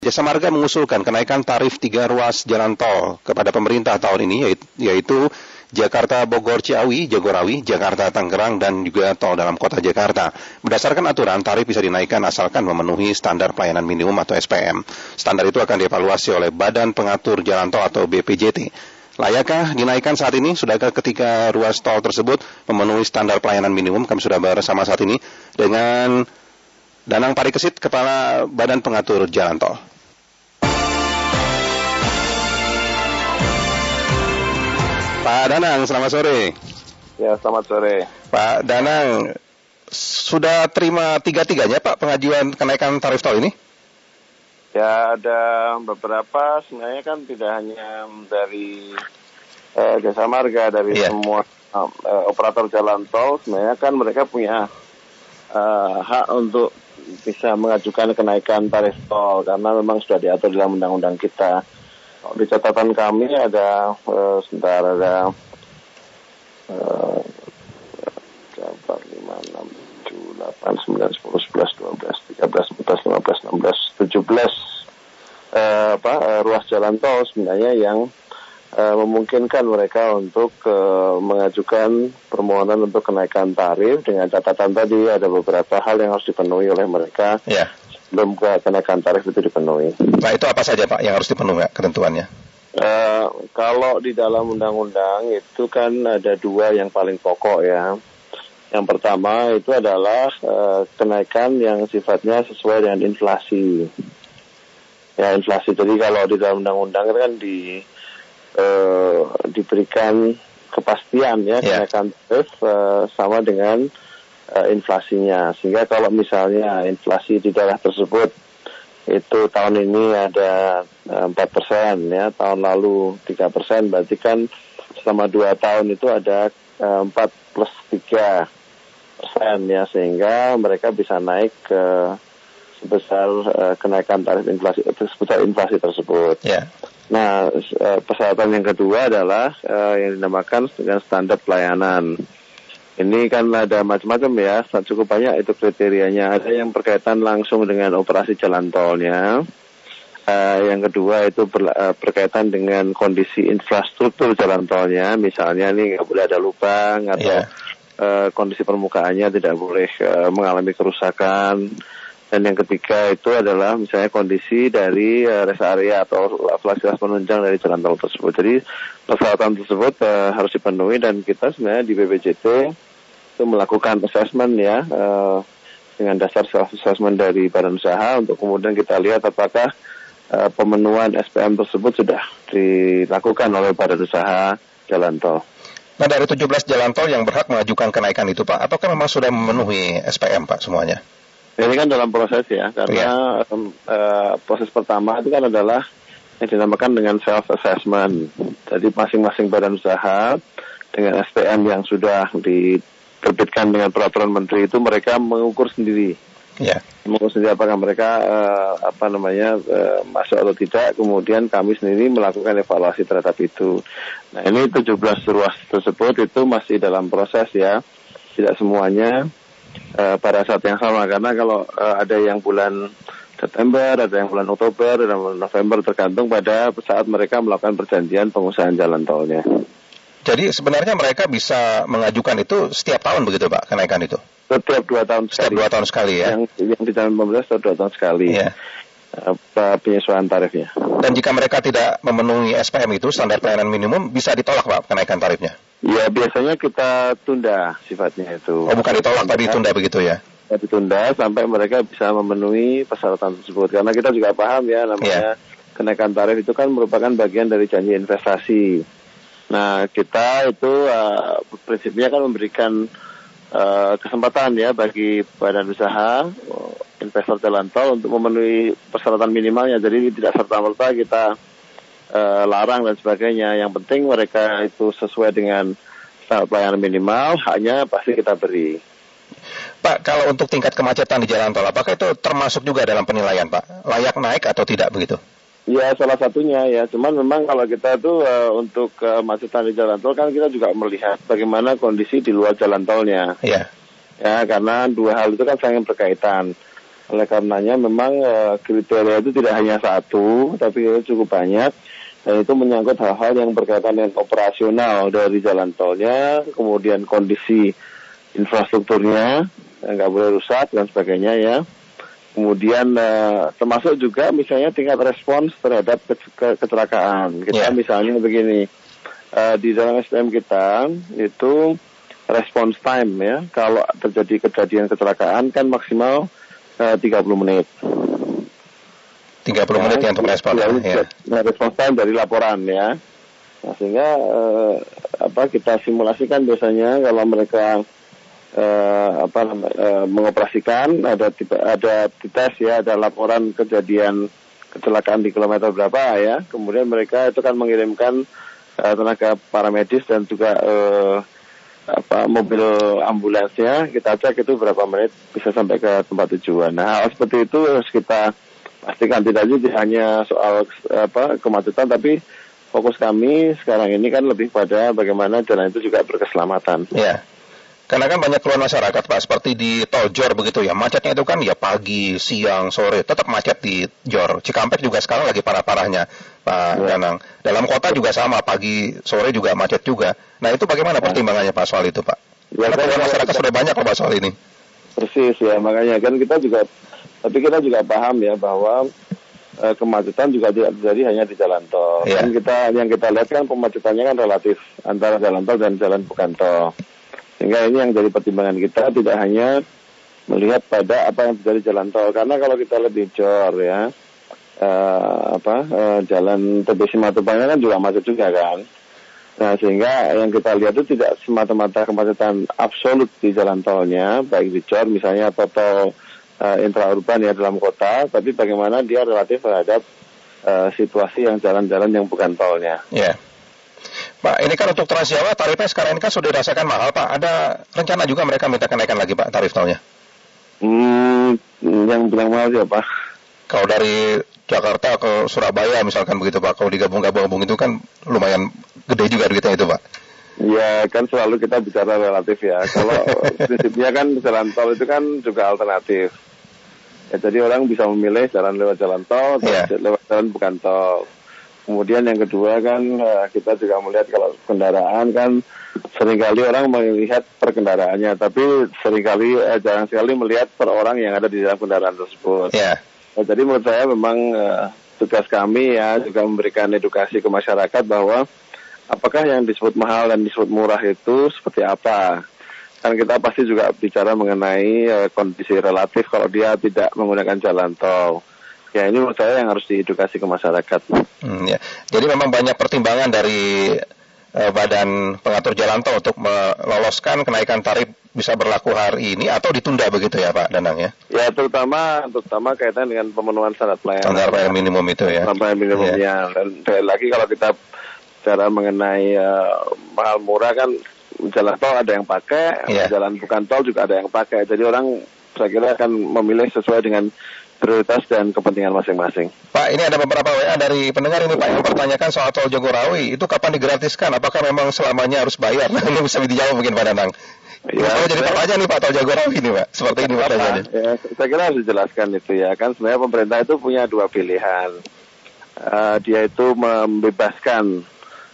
Jasa Marga mengusulkan kenaikan tarif 3 ruas jalan tol kepada pemerintah tahun ini, yaitu Jakarta Bogor Ciawi, Jagorawi, Jakarta Tangerang, dan juga tol dalam kota Jakarta. Berdasarkan aturan, tarif bisa dinaikkan asalkan memenuhi standar pelayanan minimum atau SPM. Standar itu akan dievaluasi oleh Badan Pengatur Jalan Tol atau BPJT. Layakkah dinaikkan saat ini? Sudahkah ketika ruas tol tersebut memenuhi standar pelayanan minimum? Kami sudah bersama saat ini dengan Danang Parikesit, Kepala Badan Pengatur Jalan Tol. Pak Danang, selamat sore. Ya, selamat sore. Pak Danang, sudah terima tiga-tiganya Pak pengajuan kenaikan tarif tol ini? Ya, ada beberapa, sebenarnya kan tidak hanya dari Jasa Marga, dari semua operator jalan tol, sebenarnya kan mereka punya hak untuk bisa mengajukan kenaikan tarif tol, karena memang sudah diatur dalam undang-undang kita. Di catatan kami ada sebentar ada 4, 5, 6, 7, 8, 9, 10, 11, 12, 13, 14, 15, 16, 17 ruas jalan tol sebenarnya yang memungkinkan mereka untuk mengajukan permohonan untuk kenaikan tarif, dengan catatan tadi ada beberapa hal yang harus dipenuhi oleh mereka. Belum kenaikan tarif itu dipenuhi. Nah, itu apa saja Pak yang harus dipenuhi ketentuannya? Kalau di dalam undang-undang itu kan ada 2 yang paling pokok ya. Yang pertama itu adalah kenaikan yang sifatnya sesuai dengan inflasi. Ya, inflasi. Jadi kalau di dalam undang-undang itu kan diberikan kepastian ya, kenaikan tarif sama dengan inflasinya, sehingga kalau misalnya inflasi di daerah tersebut itu tahun ini ada 4% ya, tahun lalu 3%, berarti kan selama 2 tahun itu ada 4 plus 3% ya, sehingga mereka bisa naik sebesar kenaikan tarif inflasi, sebesar inflasi tersebut. Nah, persyaratan yang kedua adalah yang dinamakan dengan standar pelayanan. Ini kan ada macam-macam ya, cukup banyak itu kriterianya. Ada yang berkaitan langsung dengan operasi jalan tolnya. Yang kedua itu berkaitan dengan kondisi infrastruktur jalan tolnya. Misalnya nih nggak boleh ada lubang atau kondisi permukaannya tidak boleh mengalami kerusakan. Dan yang ketiga itu adalah misalnya kondisi dari rest area atau fasilitas penunjang dari jalan tol tersebut. Jadi persyaratan tersebut harus dipenuhi, dan kita sebenarnya di BPJT itu melakukan assessment ya, dengan dasar self-assessment dari badan usaha untuk kemudian kita lihat apakah pemenuhan SPM tersebut sudah dilakukan oleh badan usaha jalan tol. Nah, dari 17 jalan tol yang berhak mengajukan kenaikan itu Pak, apakah memang sudah memenuhi SPM Pak semuanya? Ini kan dalam proses ya, karena proses pertama itu kan adalah yang dinamakan dengan self-assessment. Jadi masing-masing badan usaha dengan SPM yang sudah diterbitkan dengan peraturan menteri itu mereka mengukur sendiri. Mengukur sendiri apakah mereka masuk atau tidak, kemudian kami sendiri melakukan evaluasi terhadap itu. Nah, ini 17 ruas tersebut itu masih dalam proses ya, tidak semuanya pada saat yang sama, karena kalau ada yang bulan September, ada yang bulan Oktober, ada yang bulan November, tergantung pada saat mereka melakukan perjanjian pengusahaan jalan tolnya. Jadi sebenarnya mereka bisa mengajukan itu setiap tahun begitu Pak, kenaikan itu? Setiap 2 tahun sekali. Setiap 2 tahun sekali ya? Yang di dalam pemerintah setiap 2 tahun sekali. Penyesuaian tarifnya. Dan jika mereka tidak memenuhi SPM itu, standar pelayanan minimum, bisa ditolak Pak kenaikan tarifnya? Ya, biasanya kita tunda sifatnya itu. Oh, bukan ditolak, tapi ditunda begitu ya? Ditunda sampai mereka bisa memenuhi persyaratan tersebut. Karena kita juga paham ya, namanya kenaikan tarif itu kan merupakan bagian dari janji investasi. Nah, kita itu prinsipnya kan memberikan kesempatan ya bagi badan usaha, investor jalan tol untuk memenuhi persyaratan minimalnya. Jadi tidak serta-merta kita larang dan sebagainya. Yang penting mereka itu sesuai dengan standar pelayanan minimal, haknya pasti kita beri. Pak, kalau untuk tingkat kemacetan di jalan tol, apakah itu termasuk juga dalam penilaian Pak? Layak naik atau tidak begitu? Ya, salah satunya ya. Cuman memang kalau kita tuh untuk kemacetan di jalan tol kan kita juga melihat bagaimana kondisi di luar jalan tolnya. Ya, karena 2 hal itu kan sangat berkaitan. Oleh karenanya memang kriteria itu tidak hanya satu, tapi cukup banyak. Dan itu menyangkut hal-hal yang berkaitan dengan operasional dari jalan tolnya, kemudian kondisi infrastrukturnya, nggak boleh rusak dan sebagainya ya. Kemudian termasuk juga misalnya tingkat respons terhadap kecelakaan. Kita misalnya begini, di dalam SDM kita itu response time ya, kalau terjadi kejadian kecelakaan kan maksimal 30 menit. 30 menit ya untuk respon ya. Response time dari laporan ya. Nah, sehingga kita simulasikan biasanya kalau mereka mengoperasikan ada tes ya, ada laporan kejadian kecelakaan di kilometer berapa ya, kemudian mereka itu kan mengirimkan tenaga paramedis dan juga mobil ambulansnya, kita cek itu berapa menit bisa sampai ke tempat tujuan. Nah, hal seperti itu harus kita pastikan, tidak hanya soal kemacetan, tapi fokus kami sekarang ini kan lebih pada bagaimana jalan itu juga berkeselamatan. Ya. Karena kan banyak keluhan masyarakat, Pak, seperti di tol Jor begitu ya. Macetnya itu kan ya pagi, siang, sore, tetap macet di Jor. Cikampek juga sekarang lagi parah-parahnya, Pak Danang. Dalam kota juga sama, pagi, sore juga macet juga. Nah, itu bagaimana pertimbangannya Pak soal itu, Pak? Karena keluhan masyarakat sudah banyak Pak soal ini. Persis ya, makanya kan kita juga paham ya bahwa kemacetan juga tidak terjadi hanya di jalan tol. Yeah. Kan yang kita lihat kan kemacetannya kan relatif antara jalan tol dan jalan bukan tol. Sehingga ini yang jadi pertimbangan kita, tidak hanya melihat pada apa yang terjadi di jalan tol. Karena kalau kita lebih jor ya, jalan TBC Matupangnya kan juga macet juga kan. Nah, sehingga yang kita lihat itu tidak semata-mata kemacetan absolut di jalan tolnya, baik di jor misalnya atau tol intraurban ya dalam kota, tapi bagaimana dia relatif terhadap situasi yang jalan-jalan yang bukan tolnya. Iya. Yeah. Pak, ini kan untuk Trans Jawa tarifnya sekarang ini kan sudah dirasakan mahal, Pak. Ada rencana juga mereka minta kenaikan lagi, Pak, tarif tolnya? Yang bilang mahal siapa? Kalau dari Jakarta ke Surabaya misalkan begitu, Pak. Kalau digabung-gabung itu kan lumayan gede juga duitnya itu, Pak. Ya, kan selalu kita bicara relatif ya. Kalau prinsipnya kan jalan tol itu kan juga alternatif. Ya, jadi orang bisa memilih jalan lewat jalan tol, lewat jalan bukan tol. Kemudian yang kedua kan kita juga melihat kalau kendaraan kan seringkali orang melihat per kendaraannya, tapi jarang sekali melihat per orang yang ada di dalam kendaraan tersebut. Yeah. Nah, jadi menurut saya memang tugas kami ya juga memberikan edukasi ke masyarakat bahwa apakah yang disebut mahal dan disebut murah itu seperti apa. Kan kita pasti juga bicara mengenai kondisi relatif kalau dia tidak menggunakan jalan tol. Ya, ini menurut saya yang harus diedukasi ke masyarakat. Ya. Jadi memang banyak pertimbangan dari Badan Pengatur Jalan Tol untuk meloloskan kenaikan tarif bisa berlaku hari ini atau ditunda begitu ya Pak Danang ya? Ya, terutama kaitan dengan pemenuhan syarat pelayanan. Standar pelayanan minimum itu ya? Standar minimumnya. Ya. Dan lagi kalau kita bicara mengenai mahal murah kan jalan tol ada yang pakai, jalan bukan tol juga ada yang pakai. Jadi orang saya kira akan memilih sesuai dengan prioritas dan kepentingan masing-masing. Pak, ini ada beberapa WA dari pendengar ini Pak yang mempertanyakan soal tol Jagorawi. Itu kapan digratiskan? Apakah memang selamanya harus bayar? Nah, ini bisa dijawab mungkin Pak Danang. Ya, kalau jadi apa aja nih Pak tol Jagorawi ini Pak? Seperti ini pertanyaannya. Ya, saya kira harus dijelaskan itu ya. Kan sebenarnya pemerintah itu punya dua pilihan. Dia itu membebaskan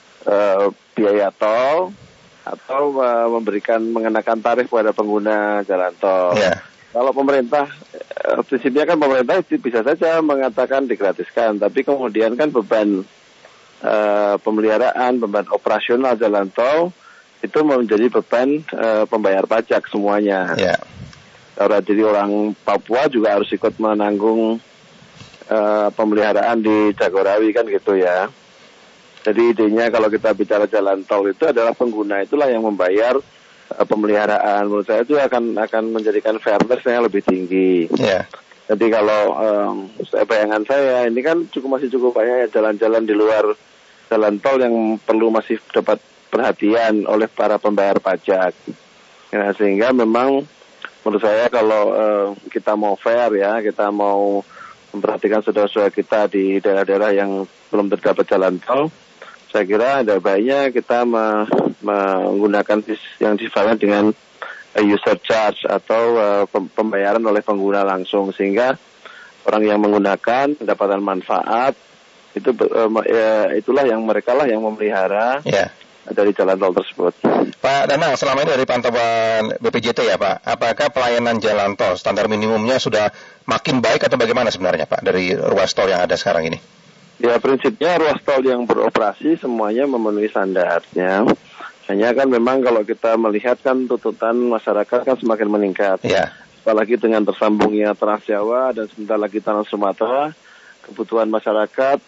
biaya tol atau mengenakan tarif pada pengguna jalan tol. Yeah. Kalau pemerintah, prinsipnya kan pemerintah bisa saja mengatakan digratiskan, tapi kemudian kan beban pemeliharaan, beban operasional jalan tol itu menjadi beban pembayar pajak semuanya. Yeah. Jadi orang Papua juga harus ikut menanggung pemeliharaan di Jagorawi kan gitu ya. Jadi idenya kalau kita bicara jalan tol itu adalah pengguna itulah yang membayar pemeliharaan. Menurut saya itu akan menjadikan fairness-nya lebih tinggi. Yeah. Jadi kalau bayangan saya ini kan masih cukup banyak jalan-jalan di luar jalan tol yang perlu masih dapat perhatian oleh para pembayar pajak. Nah, sehingga memang menurut saya kalau kita mau fair ya, kita mau memperhatikan saudara-saudara kita di daerah-daerah yang belum terdapat jalan tol, saya kira ada baiknya kita menggunakan yang sifatnya dengan user charge atau pembayaran oleh pengguna langsung, sehingga orang yang menggunakan mendapatkan manfaat. Itulah yang mereka lah yang memelihara dari jalan tol tersebut. Pak Danang, selama ini dari pantauan BPJT ya Pak, apakah pelayanan jalan tol standar minimumnya sudah makin baik atau bagaimana sebenarnya Pak dari ruas tol yang ada sekarang ini? Ya, prinsipnya ruas tol yang beroperasi semuanya memenuhi standarnya. Hanya kan memang kalau kita melihat kan tuntutan masyarakat kan semakin meningkat. Apalagi dengan tersambungnya Trans Jawa dan sebentar lagi Trans Sumatera, kebutuhan masyarakat,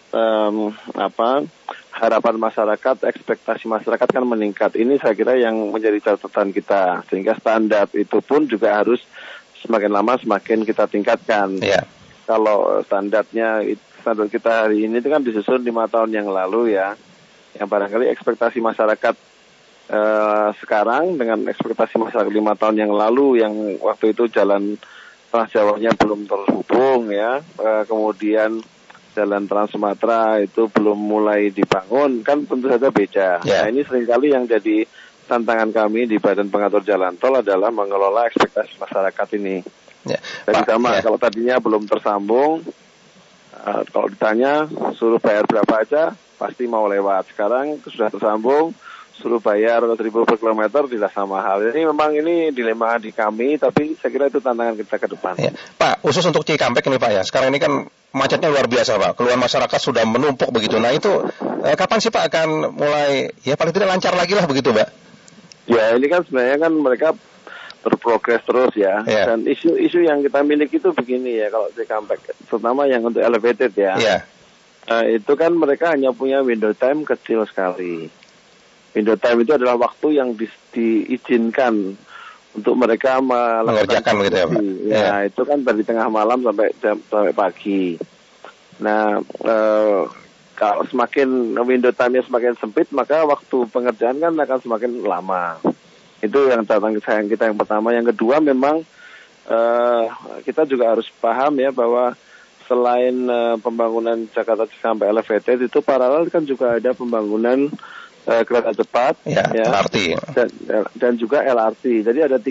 harapan masyarakat, ekspektasi masyarakat kan meningkat. Ini saya kira yang menjadi catatan kita, sehingga standar itu pun juga harus semakin lama semakin kita tingkatkan. Kalau standar kita hari ini itu kan disusun 5 tahun yang lalu ya, yang barangkali ekspektasi masyarakat sekarang dengan ekspektasi masyarakat 5 tahun yang lalu, yang waktu itu jalan Trans Jawanya belum terhubung ya, kemudian jalan Trans Sumatera itu belum mulai dibangun, kan tentu saja beda. Nah, ini seringkali yang jadi tantangan kami di Badan Pengatur Jalan Tol adalah mengelola ekspektasi masyarakat ini. Jadi sama, kalau tadinya belum tersambung, kalau ditanya suruh bayar berapa aja, pasti mau lewat. Sekarang sudah tersambung, suruh bayar 1.000 per kilometer tidak sama hal. Jadi memang ini dilema di kami, tapi saya kira itu tantangan kita ke depan. Pak, khusus untuk Cikampek ini Pak ya, sekarang ini kan macetnya luar biasa Pak, keluhan masyarakat sudah menumpuk begitu. Nah itu kapan sih Pak akan mulai, ya paling tidak lancar lagi lah begitu Pak? Ya ini kan sebenarnya kan mereka berprogres terus ya. Dan isu yang kita miliki itu begini ya, kalau Cikampek, terutama yang untuk elevated ya. Itu kan mereka hanya punya window time kecil sekali. Window time itu adalah waktu yang diizinkan untuk mereka melakukan begitu ya Pak? Itu kan dari tengah malam sampai pagi. Nah, kalau semakin window time-nya semakin sempit, maka waktu pengerjaan kan akan semakin lama. Itu yang catatan kita yang pertama. Yang kedua memang kita juga harus paham ya bahwa selain pembangunan Jakarta Cikampek Elevated, itu paralel kan juga ada pembangunan kereta cepat, LRT, dan juga LRT. Jadi ada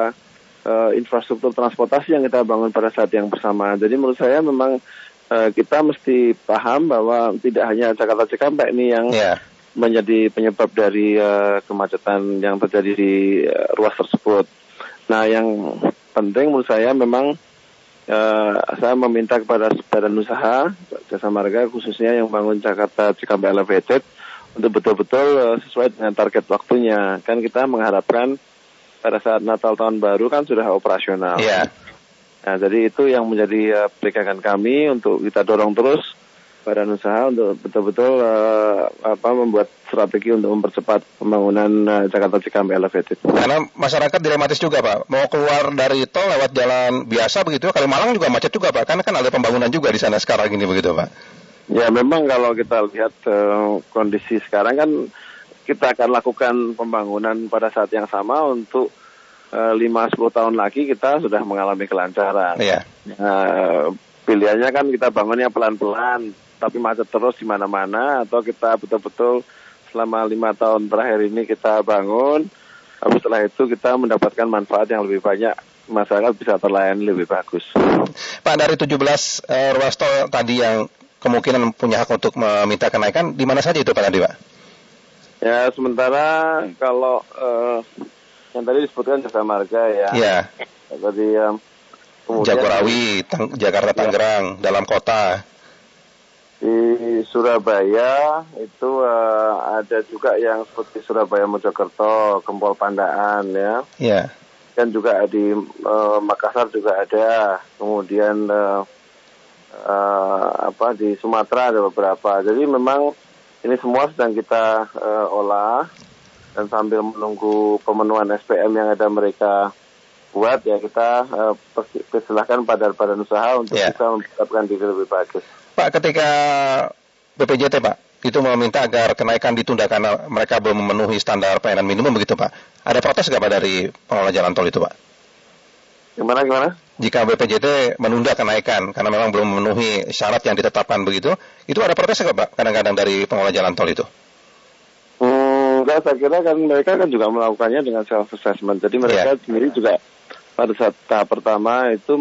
3 infrastruktur transportasi yang kita bangun pada saat yang bersama. Jadi menurut saya memang kita mesti paham bahwa tidak hanya Jakarta Cikampek ini yang menjadi penyebab dari kemacetan yang terjadi di ruas tersebut. Nah, yang penting menurut saya memang saya meminta kepada badan usaha Jasa Marga khususnya yang bangun Jakarta Cikampek Elevated untuk betul-betul sesuai dengan target waktunya. Kan kita mengharapkan pada saat Natal Tahun Baru kan sudah operasional. Nah, jadi itu yang menjadi pegangan kami untuk kita dorong terus badan usaha untuk betul-betul membuat strategi untuk mempercepat pembangunan Jakarta Cikampek Elevated. Karena masyarakat dilematis juga Pak, mau keluar dari tol lewat jalan biasa begitu, Kalimalang juga macet juga Pak, karena kan ada pembangunan juga di sana sekarang ini begitu Pak. Ya memang kalau kita lihat kondisi sekarang kan kita akan lakukan pembangunan pada saat yang sama untuk 5-10 tahun lagi kita sudah mengalami kelancaran. Pilihannya kan kita bangunnya pelan-pelan tapi macet terus di mana-mana, atau kita betul-betul selama 5 tahun terakhir ini kita bangun, tapi setelah itu kita mendapatkan manfaat yang lebih banyak, masyarakat bisa terlayani lebih bagus. Pak, dari 17 ruas tol tadi yang kemungkinan punya hak untuk meminta kenaikan, di mana saja itu Pak tadi Pak? Ya sementara kalau yang tadi disebutkan Jasa Marga ya. Tadi kemudian Jagorawi, Jakarta Tangerang, dalam kota. Di Surabaya itu ada juga yang seperti Surabaya Mojokerto, Gempol Pandaan ya. Dan juga di Makassar juga ada. Kemudian di Sumatera ada beberapa. Jadi memang ini semua sedang kita olah, dan sambil menunggu pemenuhan SPM yang ada mereka buat ya, kita persilahkan pada badan usaha untuk bisa mempersiapkan diri lebih bagus. Pak, ketika BPJT Pak itu meminta agar kenaikan ditunda karena mereka belum memenuhi standar pelayanan minimum begitu Pak, ada protes nggak Pak dari pengelola jalan tol itu Pak? Gimana? Jika BPJT menunda kenaikan karena memang belum memenuhi syarat yang ditetapkan begitu, itu ada protes nggak Pak kadang-kadang dari pengelola jalan tol itu? juga saya kira kan mereka kan juga melakukannya dengan self assessment. Jadi mereka sendiri juga pada saat tahap pertama itu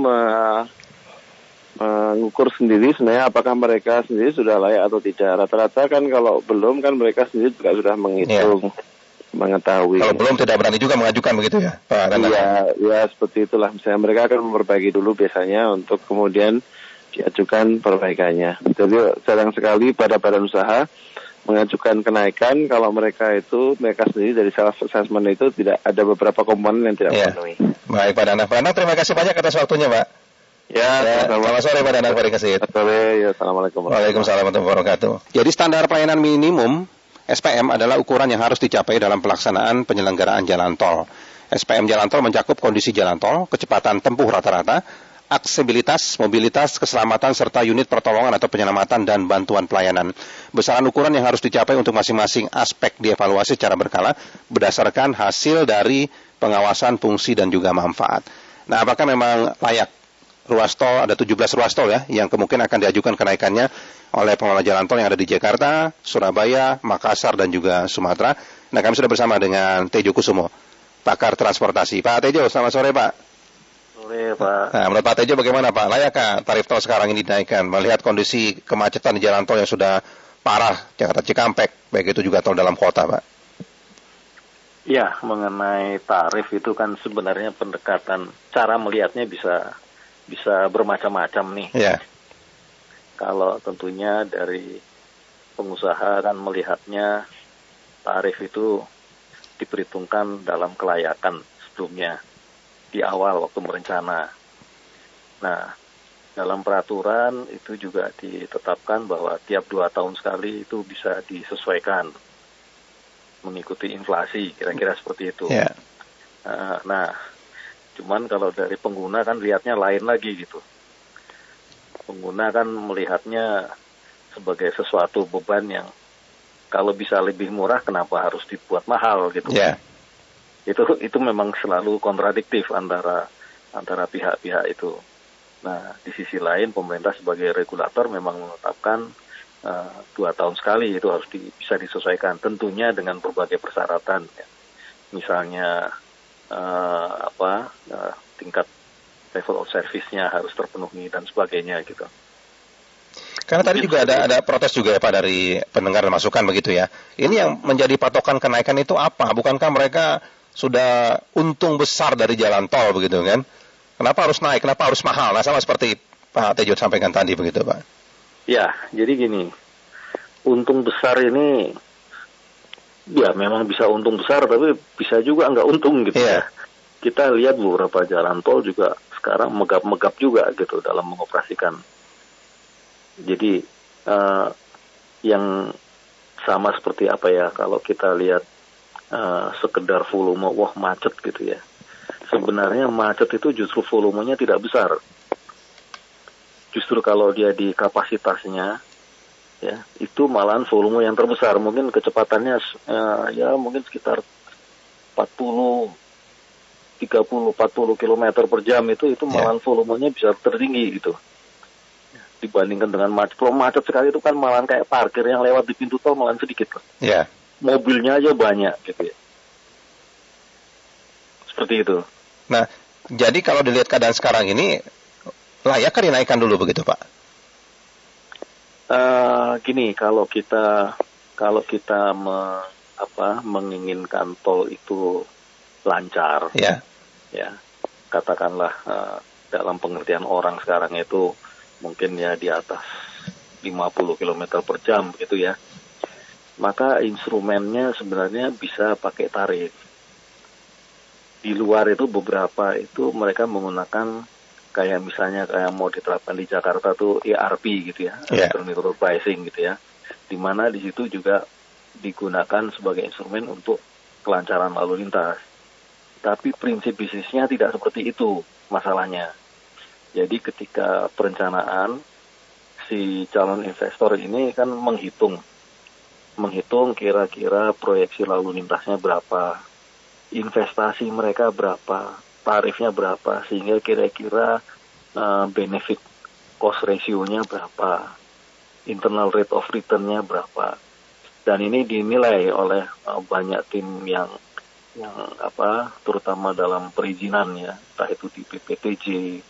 mengukur sendiri sebenarnya apakah mereka sendiri sudah layak atau tidak. Rata-rata kan kalau belum kan mereka sendiri juga sudah menghitung, mengetahui. Kalau belum tidak berani juga mengajukan begitu ya, Pak Danang? Iya, seperti itulah. Misalnya mereka akan memperbaiki dulu biasanya untuk kemudian diajukan perbaikannya. Jadi jarang sekali pada badan usaha mengajukan kenaikan kalau mereka sendiri dari self assessment itu tidak ada beberapa komponen yang tidak memenuhi. Baik Pak Danang. Pak Danang, terima kasih banyak atas waktunya Pak. Selamat sore Pak Danang Parikesit. Assalamualaikum. Waalaikumsalam warahmatullahi wabarakatuh. Jadi standar pelayanan minimum SPM adalah ukuran yang harus dicapai dalam pelaksanaan penyelenggaraan jalan tol. SPM jalan tol mencakup kondisi jalan tol, kecepatan tempuh rata-rata, aksesibilitas, mobilitas, keselamatan, serta unit pertolongan atau penyelamatan dan bantuan pelayanan. Besaran ukuran yang harus dicapai untuk masing-masing aspek dievaluasi secara berkala berdasarkan hasil dari pengawasan fungsi dan juga manfaat. Nah, apakah memang layak ruas tol, ada 17 ruas tol ya, yang kemungkinan akan diajukan kenaikannya oleh pengelola jalan tol yang ada di Jakarta, Surabaya, Makassar, dan juga Sumatera. Nah, kami sudah bersama dengan Tejo Kusumo, pakar transportasi. Pak Tejo, selamat sore Pak. Sore Pak. Nah, menurut Pak Tejo bagaimana Pak? Layakkah tarif tol sekarang ini dinaikkan? Melihat kondisi kemacetan di jalan tol yang sudah parah, Jakarta Cikampek, baik itu juga tol dalam kota Pak. Ya, mengenai tarif itu kan sebenarnya pendekatan, cara melihatnya bisa bermacam-macam nih. Ya. Kalau tentunya dari pengusaha kan melihatnya tarif itu diperhitungkan dalam kelayakan sebelumnya, di awal waktu merencana. Nah, dalam peraturan itu juga ditetapkan bahwa tiap 2 tahun sekali itu bisa disesuaikan mengikuti inflasi, kira-kira seperti itu. Yeah. Nah, cuman kalau dari pengguna kan lihatnya lain lagi gitu. Pengguna kan melihatnya sebagai sesuatu beban yang kalau bisa lebih murah kenapa harus dibuat mahal gitu. Yeah. Itu memang selalu kontradiktif antara pihak-pihak itu. Nah, di sisi lain pemerintah sebagai regulator memang menetapkan 2 tahun sekali itu harus bisa disesuaikan, tentunya dengan berbagai persyaratan ya. Misalnya tingkat level of service-nya harus terpenuhi dan sebagainya gitu. Karena tadi juga ada protes juga ya Pak dari pendengar dan masukan begitu ya. Ini yang menjadi patokan kenaikan itu apa? Bukankah mereka sudah untung besar dari jalan tol begitu kan? Kenapa harus naik? Kenapa harus mahal? Nah, sama seperti Pak Tejo sampaikan tadi begitu Pak. Ya, jadi gini, untung besar ini ya memang bisa untung besar, tapi bisa juga nggak untung gitu ya. Kita lihat beberapa jalan tol juga sekarang megap-megap juga gitu dalam mengoperasikan. Jadi yang sama seperti apa ya, kalau kita lihat sekedar volume, wah macet gitu ya. Sebenarnya macet itu justru volumenya tidak besar. Justru kalau dia di kapasitasnya, ya itu malahan volume yang terbesar. Mungkin kecepatannya ya mungkin sekitar 40 km per jam itu malahan volumenya bisa tertinggi gitu. Dibandingkan dengan macet. Kalau macet sekali itu kan malahan kayak parkir yang lewat di pintu tol malahan sedikit. Mobilnya aja banyak gitu ya. Seperti itu. Nah, jadi kalau dilihat keadaan sekarang ini, layakkah dinaikkan dulu begitu Pak? Gini, kalau kita menginginkan tol itu lancar, ya katakanlah dalam pengertian orang sekarang itu mungkin ya di atas 50 km per jam gitu ya, maka instrumennya sebenarnya bisa pakai tarif. Di luar itu beberapa itu mereka menggunakan kayak misalnya kayak mau diterapkan di Jakarta tuh ERP gitu ya, Electronic Road Pricing gitu ya, di mana di situ juga digunakan sebagai instrumen untuk kelancaran lalu lintas. Tapi prinsip bisnisnya tidak seperti itu masalahnya. Jadi ketika perencanaan si calon investor ini kan menghitung kira-kira proyeksi lalu lintasnya berapa, investasi mereka berapa, tarifnya berapa, sehingga kira-kira benefit cost ratio-nya berapa, internal rate of return-nya berapa. Dan ini dinilai oleh banyak tim yang terutama dalam perizinan ya, entah itu di BPTJ,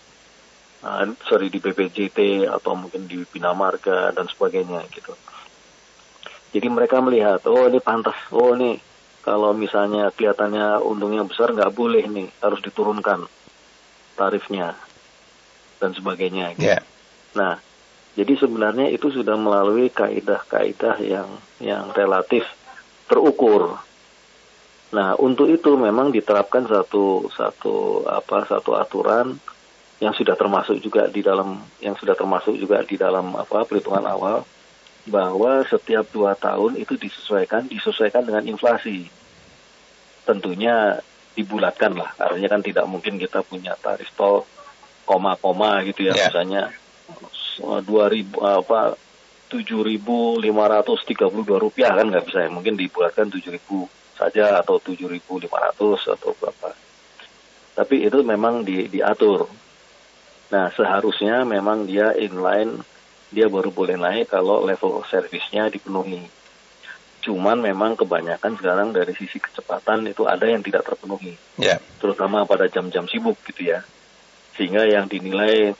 di BPJT atau mungkin di Bina Marga dan sebagainya gitu. Jadi mereka melihat, oh ini pantas, oh ini kalau misalnya kelihatannya untungnya besar nggak boleh nih, harus diturunkan tarifnya dan sebagainya. Gitu. Yeah. Nah, jadi sebenarnya itu sudah melalui kaidah-kaidah yang relatif terukur. Nah, untuk itu memang diterapkan satu aturan yang sudah termasuk juga di dalam perhitungan awal, bahwa setiap 2 tahun itu disesuaikan dengan inflasi. Tentunya dibulatkan lah, artinya kan tidak mungkin kita punya tarif tol koma-koma gitu ya, misalnya 7.532 rupiah kan nggak bisa ya, mungkin dibulatkan 7.000 saja atau 7.500 atau berapa. Tapi itu memang diatur. Nah, seharusnya memang dia inline, dia baru boleh naik kalau level servisnya dipenuhi. Cuman memang kebanyakan sekarang dari sisi kecepatan itu ada yang tidak terpenuhi. Terutama pada jam-jam sibuk gitu ya. Sehingga yang dinilai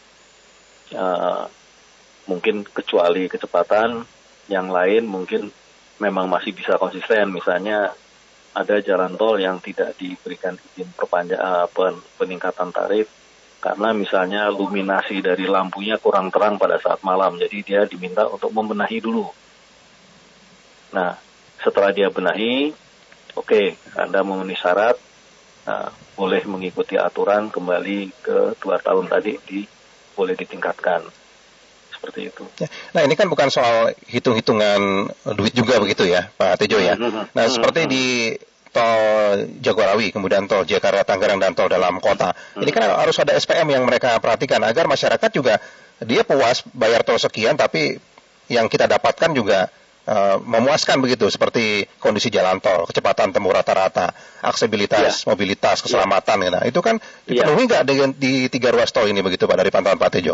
mungkin kecuali kecepatan, yang lain mungkin memang masih bisa konsisten. Misalnya ada jalan tol yang tidak diberikan izin peningkatan tarif karena misalnya luminasi dari lampunya kurang terang pada saat malam, jadi dia diminta untuk membenahi dulu. Nah, setelah dia benahi, oke, Anda memenuhi syarat, boleh mengikuti aturan kembali ke 2 tahun tadi, boleh ditingkatkan. Seperti itu. Nah, ini kan bukan soal hitung-hitungan duit juga begitu ya, Pak Tejo ya. Nah, seperti di tol Jagorawi, kemudian tol Jakarta Tangerang dan tol dalam kota. Ini kan harus ada SPM yang mereka perhatikan agar masyarakat juga dia puas bayar tol sekian, tapi yang kita dapatkan juga memuaskan begitu, seperti kondisi jalan tol, kecepatan temu rata-rata, aksesibilitas, mobilitas, keselamatan. Nah, itu kan dipenuhi nggak di 3 ruas tol ini begitu Pak, dari pantauan Pak Tejo?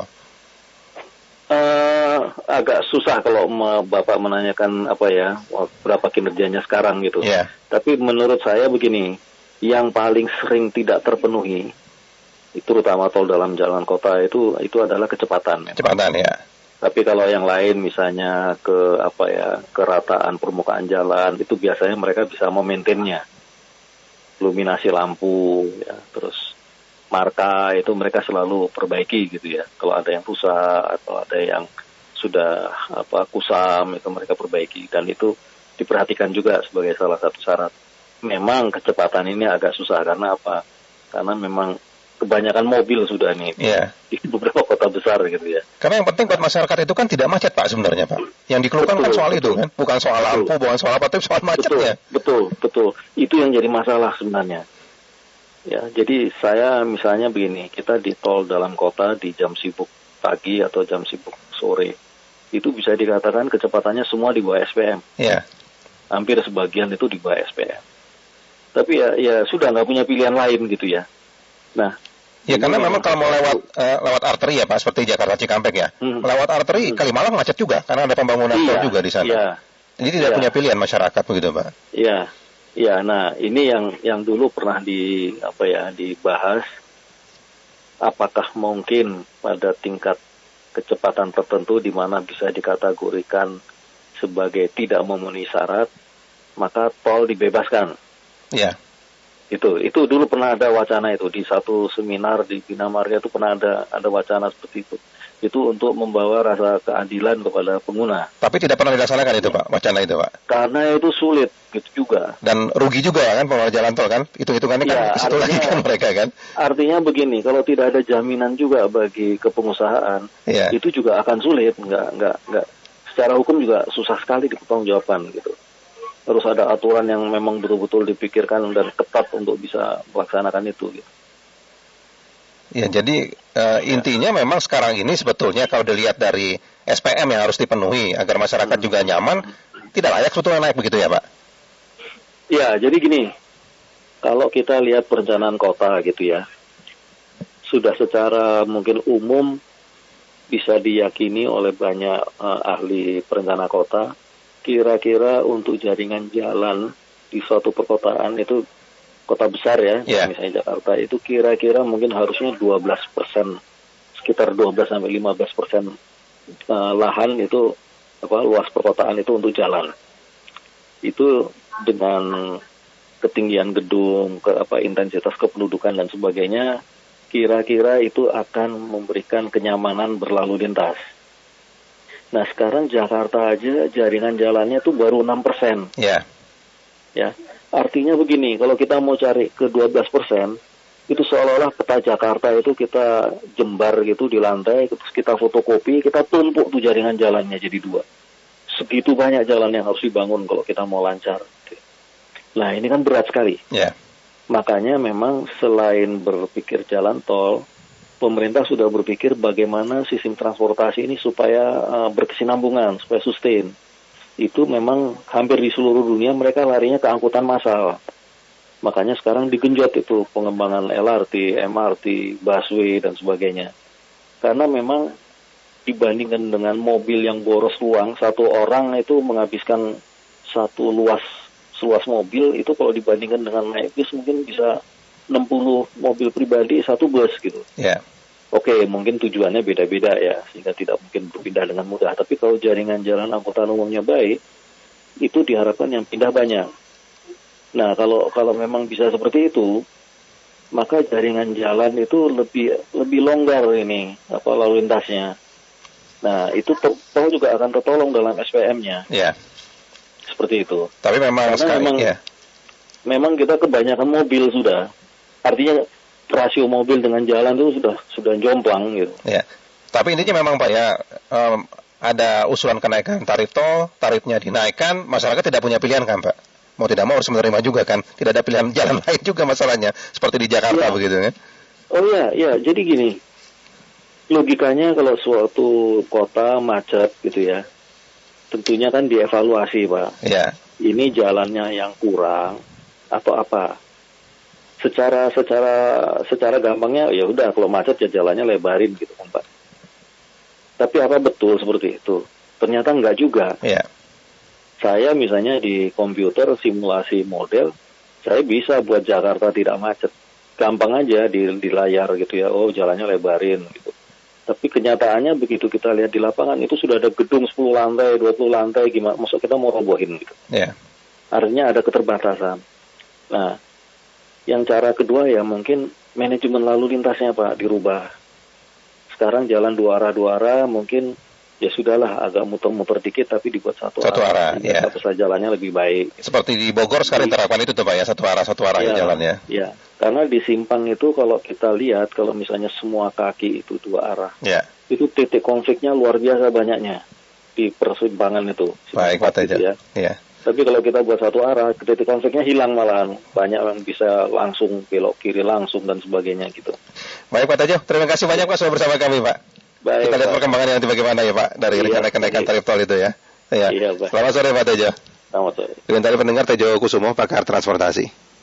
Agak susah kalau Bapak menanyakan berapa kinerjanya sekarang gitu. Tapi menurut saya begini, yang paling sering tidak terpenuhi, terutama tol dalam jalan kota itu adalah kecepatan. Kecepatan ya. Tapi kalau yang lain misalnya kerataan permukaan jalan, itu biasanya mereka bisa memaintainnya. Luminasi lampu, ya, terus marka itu mereka selalu perbaiki gitu ya. Kalau ada yang rusak atau ada yang sudah kusam, itu mereka perbaiki, dan itu diperhatikan juga sebagai salah satu syarat. Memang kecepatan ini agak susah karena apa? Karena memang kebanyakan mobil sudah nih di beberapa kota besar gitu ya. Karena yang penting buat masyarakat itu kan tidak macet Pak sebenarnya Pak. Yang dikeluhkan kan soal itu kan, bukan soal lampu, bukan soal apa, tapi soal macetnya. Betul. Itu yang jadi masalah sebenarnya. Ya, jadi saya misalnya begini, kita di tol dalam kota di jam sibuk pagi atau jam sibuk sore, itu bisa dikatakan kecepatannya semua di bawah SPM. Hampir sebagian itu di bawah SPM. Tapi ya sudah nggak punya pilihan lain gitu ya. Nah, karena memang kalau mau lewat arteri ya Pak, seperti Jakarta Cikampek ya, lewat arteri Kalimalang macet juga karena ada pembangunan tol juga di sana. Jadi tidak punya pilihan masyarakat begitu Pak. Iya, nah ini yang dulu pernah dibahas, apakah mungkin pada tingkat kecepatan tertentu di mana bisa dikategorikan sebagai tidak memenuhi syarat, maka tol dibebaskan. Itu dulu pernah ada wacana itu di satu seminar di Bina Marga, itu pernah ada wacana seperti itu. Itu untuk membawa rasa keadilan kepada pengguna. Tapi tidak pernah dilaksanakan itu Pak, wacana itu Pak. Karena itu sulit gitu juga. Dan rugi juga kan pengelola jalan tol kan? Hitung-hitungannya kan itu lagi kan mereka kan. Artinya begini, kalau tidak ada jaminan juga bagi kepengusahaan, itu juga akan sulit, enggak secara hukum juga susah sekali dipertanggungjawabkan gitu. Harus ada aturan yang memang betul-betul dipikirkan dan ketat untuk bisa melaksanakan itu gitu. Ya, jadi intinya memang sekarang ini sebetulnya kalau dilihat dari SPM yang harus dipenuhi agar masyarakat juga nyaman, tidak layak sebetulnya naik begitu ya Pak? Ya, jadi gini, kalau kita lihat perencanaan kota gitu ya, sudah secara mungkin umum bisa diyakini oleh banyak ahli perencana kota kira-kira untuk jaringan jalan di suatu perkotaan itu, kota besar ya, misalnya Jakarta, itu kira-kira mungkin harusnya 12%, sekitar 12-15% lahan itu, luas perkotaan itu untuk jalan. Itu dengan ketinggian gedung, intensitas kependudukan dan sebagainya, kira-kira itu akan memberikan kenyamanan berlalu lintas. Nah sekarang Jakarta aja jaringan jalannya tuh baru 6%. Ya, artinya begini, kalau kita mau cari ke 12%, itu seolah-olah peta Jakarta itu kita jembar gitu di lantai, terus kita fotokopi, kita tumpuk tuh jaringan jalannya jadi 2. Segitu banyak jalan yang harus dibangun kalau kita mau lancar. Nah ini kan berat sekali. Makanya memang selain berpikir jalan tol, pemerintah sudah berpikir bagaimana sistem transportasi ini supaya berkesinambungan, supaya sustain. Itu memang hampir di seluruh dunia mereka larinya ke angkutan massal. Makanya sekarang digenjot itu pengembangan LRT, MRT, busway dan sebagainya. Karena memang dibandingkan dengan mobil yang boros ruang, satu orang itu menghabiskan satu seluas mobil, itu kalau dibandingkan dengan naik bis mungkin bisa 60 mobil pribadi satu bus gitu. Oke, mungkin tujuannya beda-beda ya, sehingga tidak mungkin berpindah dengan mudah. Tapi kalau jaringan jalan angkutan umumnya baik, itu diharapkan yang pindah banyak. Nah, kalau memang bisa seperti itu, maka jaringan jalan itu lebih longgar ini, lalu lintasnya. Nah, itu tol juga akan tertolong dalam SPM-nya. Seperti itu. Tapi memang memang kita kebanyakan mobil sudah. Artinya rasio mobil dengan jalan itu sudah jomplang gitu. Tapi intinya memang Pak ya, ada usulan kenaikan tarif tol, tarifnya dinaikkan, masyarakat tidak punya pilihan kan Pak? Mau tidak mau harus menerima juga kan? Tidak ada pilihan jalan lain juga masalahnya, seperti di Jakarta begitu kan? Oh iya, jadi gini, logikanya kalau suatu kota macet gitu ya, tentunya kan dievaluasi Pak. Ini jalannya yang kurang atau apa? Secara gampangnya ya udah kalau macet ya jalannya lebarin gitu kan Pak. Tapi apa betul seperti itu? Ternyata enggak juga. Saya misalnya di komputer simulasi model, saya bisa buat Jakarta tidak macet. Gampang aja di layar gitu ya. Oh jalannya lebarin gitu. Tapi kenyataannya begitu kita lihat di lapangan itu sudah ada gedung 10 lantai, 20 lantai, gimana? Maksud kita mau robohin gitu. Artinya ada keterbatasan. Nah, yang cara kedua ya mungkin manajemen lalu lintasnya Pak dirubah. Sekarang jalan dua arah mungkin ya sudahlah agak muter-muter dikit tapi dibuat satu arah. Bisa jalannya lebih baik. Seperti di Bogor sekarang terapkan itu tuh Pak ya, satu arah jalannya. Karena di Simpang itu kalau kita lihat kalau misalnya semua kaki itu 2 arah. Itu titik konfliknya luar biasa banyaknya di persimpangan itu. Baik Pak Tejo. Tapi kalau kita buat satu arah, titik konfliknya hilang malahan. Banyak yang bisa langsung belok kiri langsung dan sebagainya gitu. Baik Pak Tejo, terima kasih banyak Pak sudah bersama kami Pak. Baik, kita lihat perkembangannya nanti bagaimana ya Pak dari kenaikan tarif tol itu ya. Selamat sore Pak Tejo. Selamat sore. Dengan tadi pendengar Tejo Kusumo, pakar transportasi.